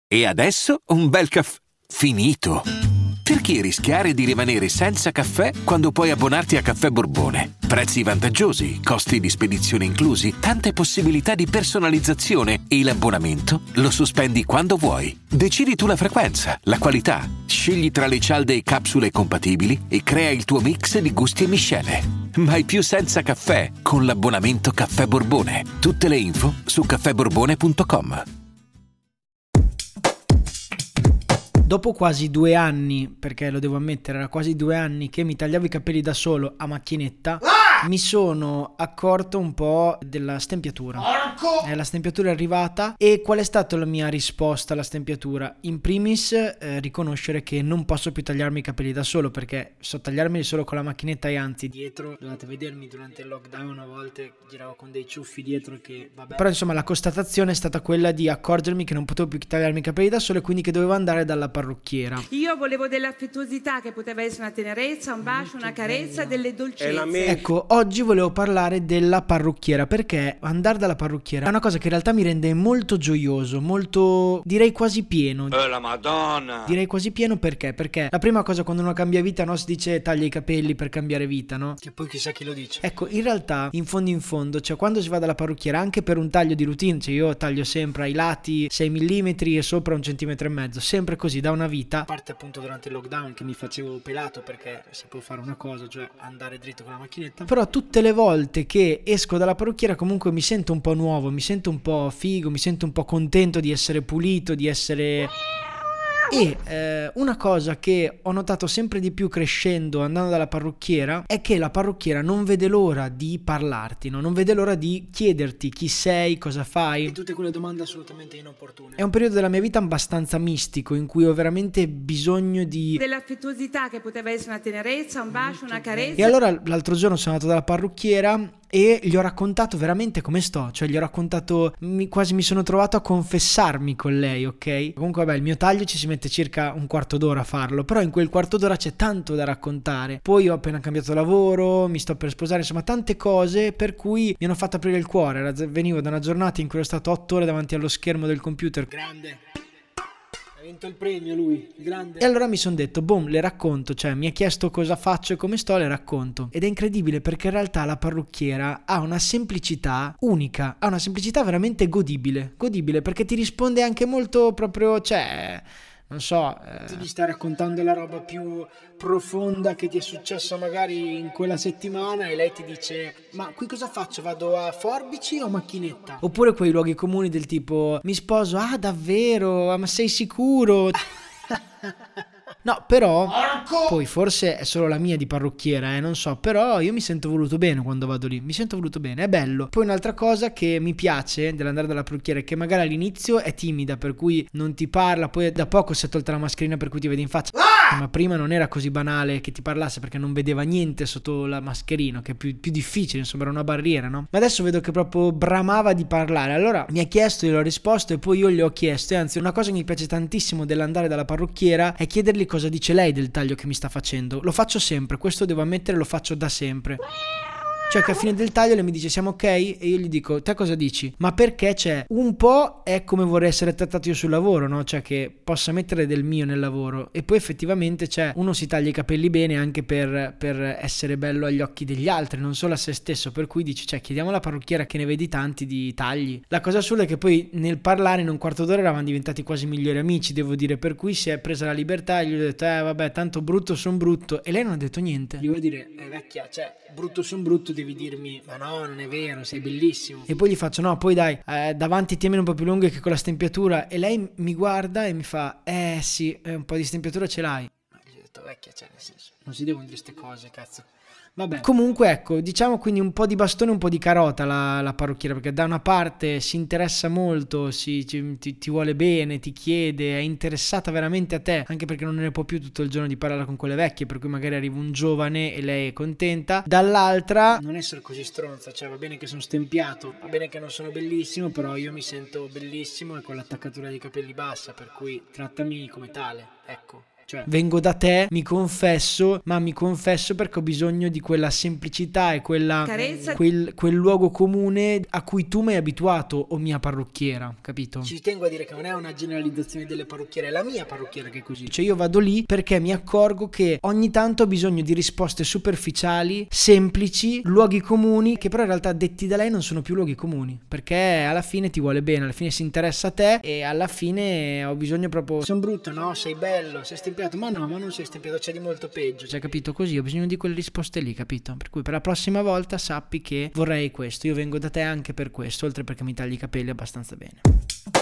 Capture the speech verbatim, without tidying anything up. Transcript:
E adesso un bel caffè finito. Perché rischiare di rimanere senza caffè quando puoi abbonarti a Caffè Borbone? Prezzi vantaggiosi, costi di spedizione inclusi, tante possibilità di personalizzazione e l'abbonamento lo sospendi quando vuoi. Decidi tu la frequenza, la qualità, scegli tra le cialde e capsule compatibili e crea il tuo mix di gusti e miscele. Mai più senza caffè con l'abbonamento Caffè Borbone. Tutte le info su caffè borbone punto com. Dopo quasi due anni, perché lo devo ammettere, era quasi due anni che mi tagliavo i capelli da solo a macchinetta, ah! mi sono accorto un po' della stempiatura. Porco! Eh, la stempiatura è arrivata. E qual è stata la mia risposta alla stempiatura? In primis, eh, riconoscere che non posso più tagliarmi i capelli da solo, perché so tagliarmeli solo con la macchinetta e anzi dietro, dovete vedermi durante il lockdown, a volte giravo con dei ciuffi dietro che vabbè. Però insomma la constatazione è stata quella di accorgermi che non potevo più tagliarmi i capelli da solo e quindi che dovevo andare dalla parrucchiera. Io volevo dell'affettuosità che poteva essere una tenerezza, un bacio, una carezza, delle dolcezze. Ecco, oggi volevo parlare della parrucchiera, perché andare dalla parrucchiera è una cosa che in realtà mi rende molto gioioso, molto, direi quasi pieno. Oh la Madonna! Direi quasi pieno perché? Perché la prima cosa quando uno cambia vita, no, si dice taglia i capelli per cambiare vita, no? Che poi chissà chi lo dice. Ecco, in realtà, in fondo in fondo, cioè quando si va dalla parrucchiera, anche per un taglio di routine, cioè io taglio sempre ai lati sei millimetri e sopra un centimetro e mezzo, sempre così, da una vita. A parte appunto durante il lockdown che mi facevo pelato perché sapevo fare una cosa, cioè andare dritto con la macchinetta. Però tutte le volte che esco dalla parrucchiera comunque mi sento un po' nuovo, mi sento un po' figo, mi sento un po' contento di essere pulito, di essere... E eh, una cosa che ho notato sempre di più crescendo andando dalla parrucchiera è che la parrucchiera non vede l'ora di parlarti, no? Non vede l'ora di chiederti chi sei, cosa fai e tutte quelle domande assolutamente inopportune. È un periodo della mia vita abbastanza mistico in cui ho veramente bisogno di dell'affettuosità che poteva essere una tenerezza, un bacio, una carezza. E allora l'altro giorno sono andato dalla parrucchiera e gli ho raccontato veramente come sto, cioè gli ho raccontato, mi, quasi mi sono trovato a confessarmi con lei, ok? Comunque vabbè, il mio taglio ci si mette circa un quarto d'ora a farlo, però in quel quarto d'ora c'è tanto da raccontare. Poi ho appena cambiato lavoro, mi sto per sposare, insomma tante cose per cui mi hanno fatto aprire il cuore. Era, venivo da una giornata in cui ero stato otto ore davanti allo schermo del computer. Grande! Ha vinto il premio lui, grande. E allora mi sono detto, boom, le racconto, cioè mi ha chiesto cosa faccio e come sto, le racconto. Ed è incredibile perché in realtà la parrucchiera ha una semplicità unica, ha una semplicità veramente godibile, godibile perché ti risponde anche molto proprio, cioè... non so, eh, ti stai raccontando la roba più profonda che ti è successa magari in quella settimana e lei ti dice ma qui cosa faccio? Vado a forbici o a macchinetta? Oppure quei luoghi comuni del tipo mi sposo, ah davvero? Ah, ma sei sicuro? No, però Marco! Poi forse è solo la mia di parrucchiera, eh, non so, però io mi sento voluto bene quando vado lì, mi sento voluto bene, è bello. Poi un'altra cosa che mi piace dell'andare dalla parrucchiera è che magari all'inizio è timida, per cui non ti parla, poi da poco si è tolta la mascherina per cui ti vede in faccia. Ah! Ma prima non era così banale che ti parlasse perché non vedeva niente sotto la mascherina, che è più, più difficile, insomma era una barriera, no? Ma adesso vedo che proprio bramava di parlare, allora mi ha chiesto, glielo ho risposto e poi io gli ho chiesto, e anzi una cosa che mi piace tantissimo dell'andare dalla parrucchiera è chiedergli cosa dice lei del taglio che mi sta facendo. Lo faccio sempre, questo devo ammettere, lo faccio da sempre. Cioè che a fine del taglio lei mi dice siamo ok? E io gli dico te cosa dici? Ma perché c'è un po' è come vorrei essere trattato io sul lavoro, no? Cioè che possa mettere del mio nel lavoro. E poi effettivamente c'è uno si taglia i capelli bene anche per, per essere bello agli occhi degli altri, non solo a se stesso. Per cui dici cioè chiediamo alla parrucchiera che ne vedi tanti di tagli. La cosa assurda è che poi nel parlare in un quarto d'ora eravamo diventati quasi migliori amici, devo dire. Per cui si è presa la libertà e gli ho detto eh vabbè tanto brutto son brutto. E lei non ha detto niente. Gli voglio dire eh vecchia cioè brutto son brutto devi dirmi ma no non è vero sei bellissimo. E poi gli faccio no poi dai eh, davanti tienilo un po' più lunghe che con la stempiatura. E lei mi guarda e mi fa eh sì eh, un po' di stempiatura ce l'hai. Ma gli ho detto vecchia cioè nel senso non si devono dire queste cose cazzo. Vabbè. Comunque ecco, diciamo quindi un po' di bastone, un po' di carota la, la parrucchiera, perché da una parte si interessa molto, si, ci, ti, ti vuole bene, ti chiede, è interessata veramente a te, anche perché non ne può più tutto il giorno di parlare con quelle vecchie, per cui magari arriva un giovane e lei è contenta. Dall'altra non essere così stronza, cioè va bene che sono stempiato, va bene che non sono bellissimo, però io mi sento bellissimo e con l'attaccatura dei capelli bassa, per cui trattami come tale, ecco. Cioè, vengo da te, mi confesso, ma mi confesso perché ho bisogno di quella semplicità e quella quel, quel luogo comune a cui tu mi hai abituato, o mia parrucchiera, capito? Ci tengo a dire che non è una generalizzazione delle parrucchiere, è la mia parrucchiera che è così. Cioè io vado lì perché mi accorgo che ogni tanto ho bisogno di risposte superficiali, semplici, luoghi comuni, che però in realtà detti da lei non sono più luoghi comuni, perché alla fine ti vuole bene, alla fine si interessa a te e alla fine ho bisogno proprio... Sono brutto, no? Sei bello, sei stempiato, ma no, ma non sei stempiato, c'è di molto peggio, cioè capito? Così ho bisogno di quelle risposte lì, capito? Per cui per la prossima volta sappi che vorrei questo, io vengo da te anche per questo, oltre perché mi tagli i capelli abbastanza bene.